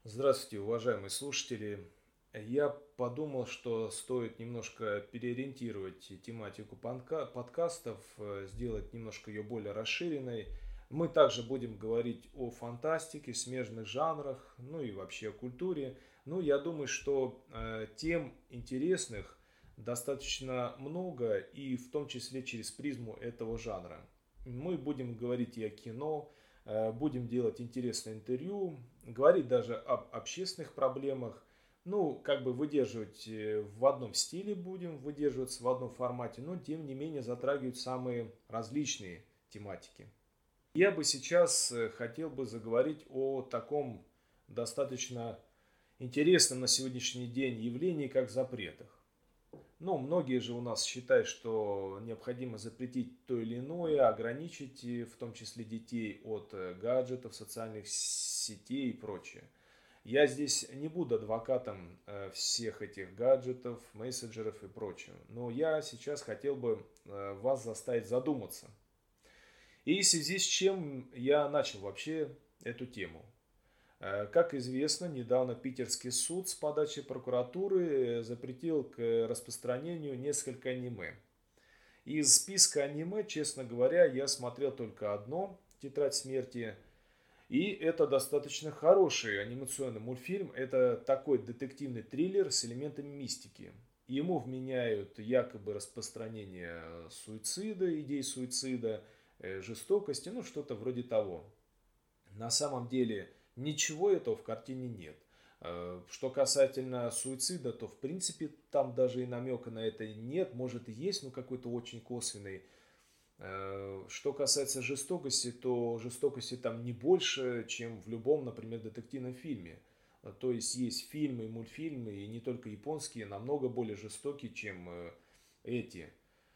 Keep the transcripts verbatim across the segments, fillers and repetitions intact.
Здравствуйте, уважаемые слушатели. Я подумал, что стоит немножко переориентировать тематику панка- подкастов, э, сделать немножко ее более расширенной. Мы также будем говорить о фантастике, смежных жанрах, ну и вообще о культуре. Ну, я думаю, что э, тем интересных достаточно много, и в том числе через призму этого жанра. Мы будем говорить и о кино, э, будем делать интересное интервью, говорить даже об общественных проблемах, ну, как бы выдерживать э, в одном стиле будем, выдерживаться в одном формате, но тем не менее затрагивать самые различные тематики. Я бы сейчас э, хотел бы заговорить о таком достаточно интересном на сегодняшний день явлении, как запретах. Ну, многие же у нас считают, что необходимо запретить то или иное, ограничить, и в том числе детей, от э, гаджетов, социальных сетей и прочее. Я здесь не буду адвокатом э, всех этих гаджетов, мессенджеров и прочего, но я сейчас хотел бы э, вас заставить задуматься. И в связи с чем я начал вообще эту тему. Э, Как известно, недавно питерский суд с подачи прокуратуры э, запретил к распространению несколько аниме. Из списка аниме, честно говоря, я смотрел только одно «Тетрадь смерти». И это достаточно хороший анимационный мультфильм. Это такой детективный триллер с элементами мистики. Ему вменяют якобы распространение суицида, идей суицида, э, жестокости, ну что-то вроде того. На самом деле ничего этого в картине нет. Э, Что касательно суицида, то в принципе там даже и намека на это нет. Может и есть, но какой-то очень косвенный. Э, Что касается жестокости, то жестокости там не больше, чем в любом, например, детективном фильме. Э, То есть есть фильмы и мультфильмы, и не только японские, намного более жестокие, чем э, эти.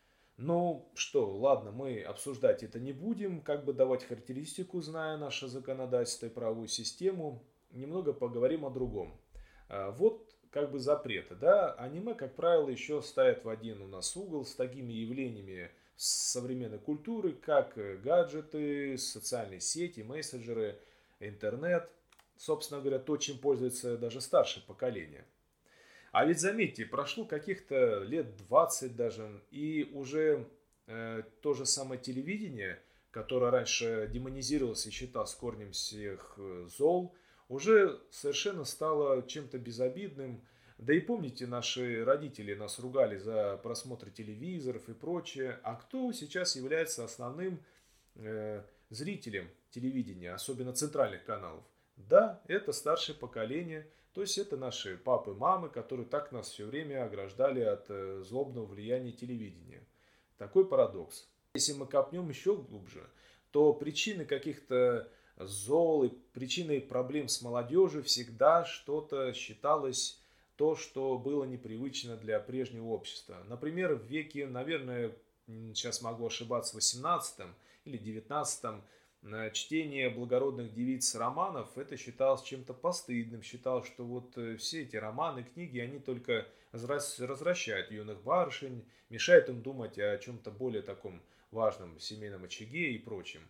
Ну что, ладно, мы обсуждать это не будем, как бы давать характеристику, зная наше законодательство и правовую систему. Немного поговорим о другом. А, Вот как бы запреты, да, аниме, как правило, еще ставят в один у нас угол с такими явлениями современной культуры, как э, гаджеты, социальные сети, мессенджеры, интернет. Собственно говоря, то, чем пользуется даже старшее поколение. А ведь заметьте, прошло каких-то лет двадцать даже, и уже э, то же самое телевидение, которое раньше демонизировалось и считалось корнем всех э, зол, уже совершенно стало чем-то безобидным. Да и помните, наши родители нас ругали за просмотр телевизоров и прочее. А кто сейчас является основным э, зрителям телевидения, особенно центральных каналов? Да, это старшее поколение, то есть это наши папы, мамы, которые так нас все время ограждали от э, злобного влияния телевидения. Такой парадокс. Если мы копнем еще глубже, то причины каких-то зол и причиной проблем с молодежью всегда что-то считалось то, что было непривычно для прежнего общества. Например, в веке, наверное, сейчас могу ошибаться, восемнадцатом или девятнадцатом, э, чтение благородных девиц романов, это считалось чем-то постыдным. Считалось, что вот э, все эти романы, книги, они только развращ- развращают юных барышень, мешают им думать о чем-то более таком важном семейном очаге и прочем.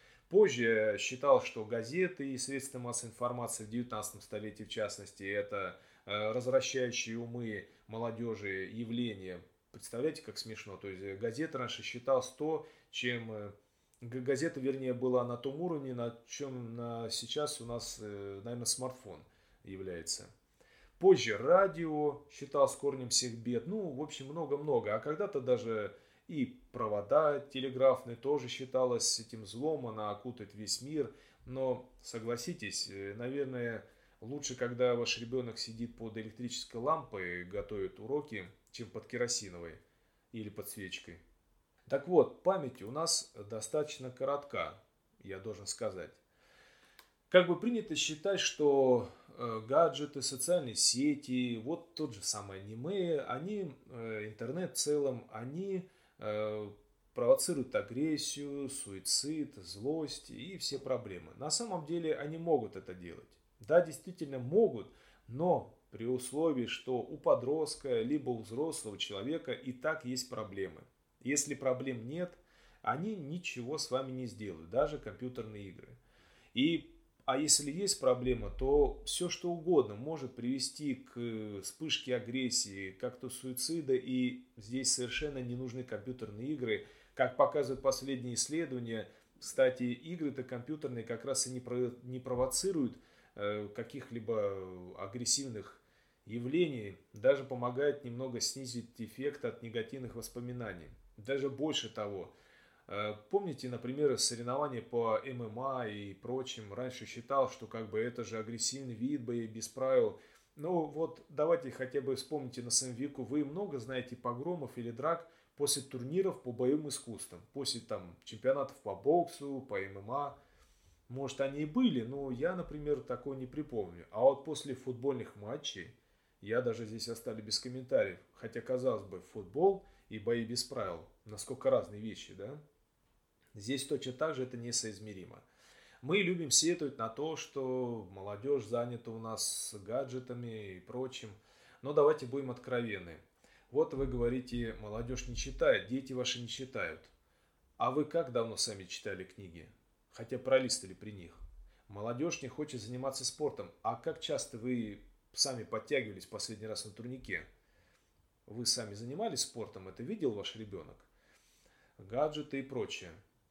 Позже считал, что газеты и средства массовой информации в девятнадцатом столетии, в частности, это э, развращающие умы молодежи явление. Представляете, как смешно. То есть э, газета раньше считалась то, чем э, г- газета, вернее, была на том уровне, на чем на сейчас у нас, э, наверное, смартфон является. Позже радио считалось корнем всех бед. Ну, в общем, много-много. А когда-то даже и провода телеграфные тоже считалось этим злом, она окутает весь мир. Но согласитесь, э, наверное, лучше, когда ваш ребенок сидит под электрической лампой и готовит уроки, чем под керосиновой или под свечкой. Так вот, память у нас достаточно коротка, я должен сказать. Как бы принято считать, что э, гаджеты, социальные сети, вот тот же самый аниме, они, э, интернет в целом, они э, провоцируют агрессию, суицид, злость и все проблемы. На самом деле они могут это делать. Да, действительно могут, но при условии, что у подростка либо у взрослого человека и так есть проблемы. Если проблем нет, они ничего с вами не сделают, даже компьютерные игры. И А если есть проблема, то все что угодно может привести к э, вспышке агрессии, как то суицида, и здесь совершенно не нужны компьютерные игры. Как показывают последние исследования, кстати, игры-то компьютерные как раз и не, про- не провоцируют э, каких-либо агрессивных явлений, даже помогают немного снизить эффект от негативных воспоминаний. Даже больше того, Э, помните, например, соревнования по эм эм а и прочим? Раньше считал, что как бы это же агрессивный вид боя без правил. Ну вот давайте хотя бы вспомните на своем веку. Вы много знаете погромов или драк после турниров по боевым искусствам? После там чемпионатов по боксу, по эм эм а? Может они и были, но я, например, такого не припомню. А вот после футбольных матчей я даже здесь оставлю без комментариев. Хотя, казалось бы, футбол и бои без правил. Насколько разные вещи, да? Здесь точно так же это несоизмеримо. Мы любим сетовать на то, что молодежь занята у нас гаджетами и прочим. Но давайте будем откровенны. Вот вы говорите, молодежь не читает, дети ваши не читают. А вы как давно сами читали книги? Хотя пролистали при них. Молодежь не хочет заниматься спортом. А как часто вы сами подтягивались последний раз на турнике? Вы сами занимались спортом? Это видел ваш ребенок? Гаджеты и прочее.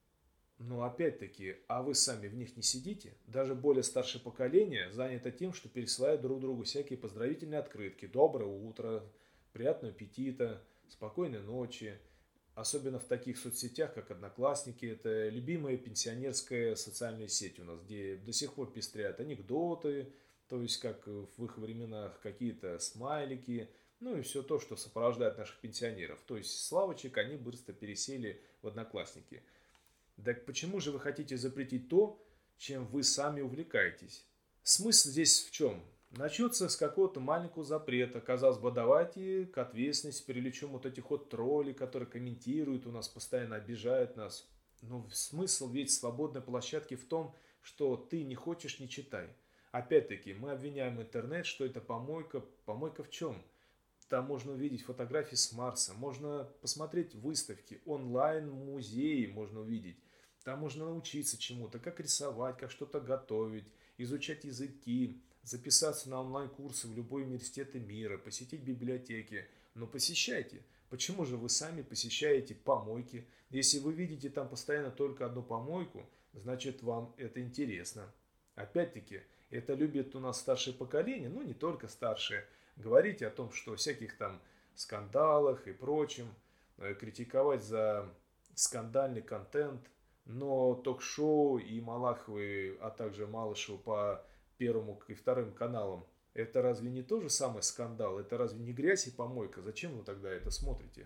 Но опять-таки, а вы сами в них не сидите? Даже более старшее поколение занято тем, что пересылает друг другу всякие поздравительные открытки. Доброе утро, приятного аппетита, спокойной ночи. Особенно в таких соцсетях, как Одноклассники. Это любимая пенсионерская социальная сеть у нас, где до сих пор пестрят анекдоты, то есть как в их временах какие-то смайлики, ну и все то, что сопровождает наших пенсионеров. То есть славочек они быстро пересели в Одноклассники. Так почему же вы хотите запретить то, чем вы сами увлекаетесь? Смысл здесь в чем? Начнется с какого-то маленького запрета. Казалось бы, давайте к ответственности привлечем вот этих вот троллей, которые комментируют у нас, постоянно обижают нас. Но смысл ведь свободной площадки в том, что ты не хочешь, не читай. Опять-таки, мы обвиняем интернет, что это помойка. Помойка в чем? Там можно увидеть фотографии с Марса, можно посмотреть выставки, онлайн-музеи можно увидеть. Там можно научиться чему-то, как рисовать, как что-то готовить, изучать языки, записаться на онлайн-курсы в любой университет мира, посетить библиотеки. Но посещайте. Почему же вы сами посещаете помойки? Если вы видите там постоянно только одну помойку, значит вам это интересно. Опять-таки, это любит у нас старшее поколение, ну не только старшее, говорить о том, что всяких там скандалах и прочем, э, критиковать за скандальный контент, но ток-шоу и Малаховы, а также Малышева по первому и вторым каналам, это разве не то же самое скандал? Это разве не грязь и помойка? Зачем вы тогда это смотрите?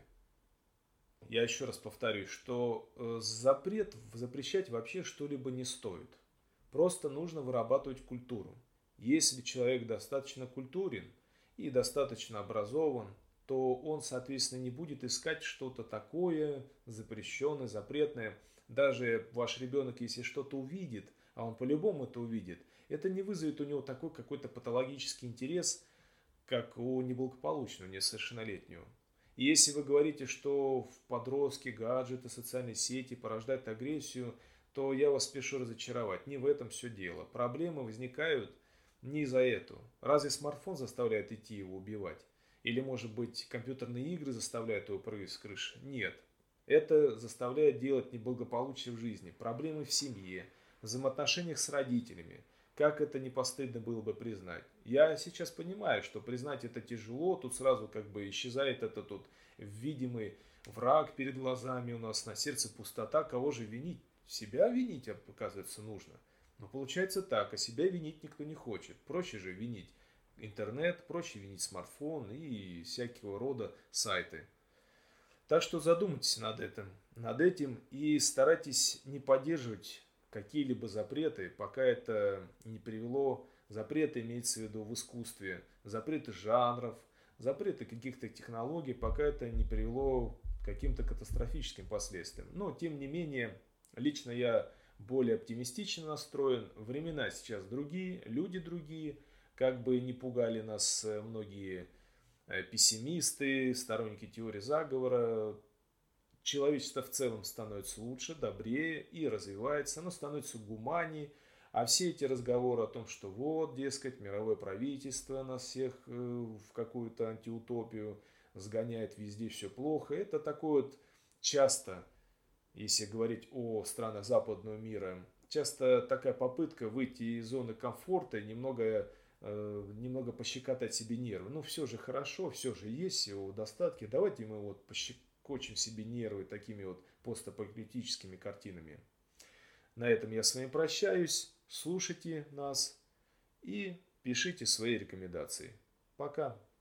Я еще раз повторюсь, что э, запрет, запрещать вообще что-либо не стоит. Просто нужно вырабатывать культуру. Если человек достаточно культурен и достаточно образован, то он, соответственно, не будет искать что-то такое запрещенное, запретное. Даже ваш ребенок, если что-то увидит, а он по-любому это увидит, это не вызовет у него такой какой-то патологический интерес, как у неблагополучного несовершеннолетнего. И если вы говорите, что в подростке гаджеты, социальные сети порождают агрессию, то я вас спешу разочаровать. Не в этом все дело. Проблемы возникают не из-за этого. Разве смартфон заставляет идти его убивать? Или, может быть, компьютерные игры заставляют его прыгать с крыши? Нет. Это заставляет делать неблагополучие в жизни, проблемы в семье, взаимоотношениях с родителями. Как это не постыдно было бы признать? Я сейчас понимаю, что признать это тяжело, тут сразу как бы исчезает этот тут видимый враг перед глазами у нас, на сердце пустота, кого же винить? Себя винить, оказывается, нужно. Но получается так, а себя винить никто не хочет. Проще же винить интернет, проще винить смартфон и всякого рода сайты. Так что задумайтесь над этим, над этим и старайтесь не поддерживать какие-либо запреты, пока это не привело, запреты имеется в виду в искусстве, запреты жанров, запреты каких-то технологий, пока это не привело к каким-то катастрофическим последствиям. Но, тем не менее, лично я более оптимистично настроен, времена сейчас другие, люди другие, как бы не пугали нас многие пессимисты, сторонники теории заговора. Человечество в целом становится лучше, добрее и развивается, оно становится гуманнее. А все эти разговоры о том, что вот, дескать, мировое правительство нас всех э, в какую-то антиутопию сгоняет, везде все плохо, это такое вот часто, если говорить о странах западного мира, часто такая попытка выйти из зоны комфорта и немного, э, немного пощекотать себе нервы. Ну, все же хорошо, все же есть, всего достатки. Давайте мы вот пощекочем себе нервы такими вот постапокалиптическими картинами. На этом я с вами прощаюсь. Слушайте нас и пишите свои рекомендации. Пока.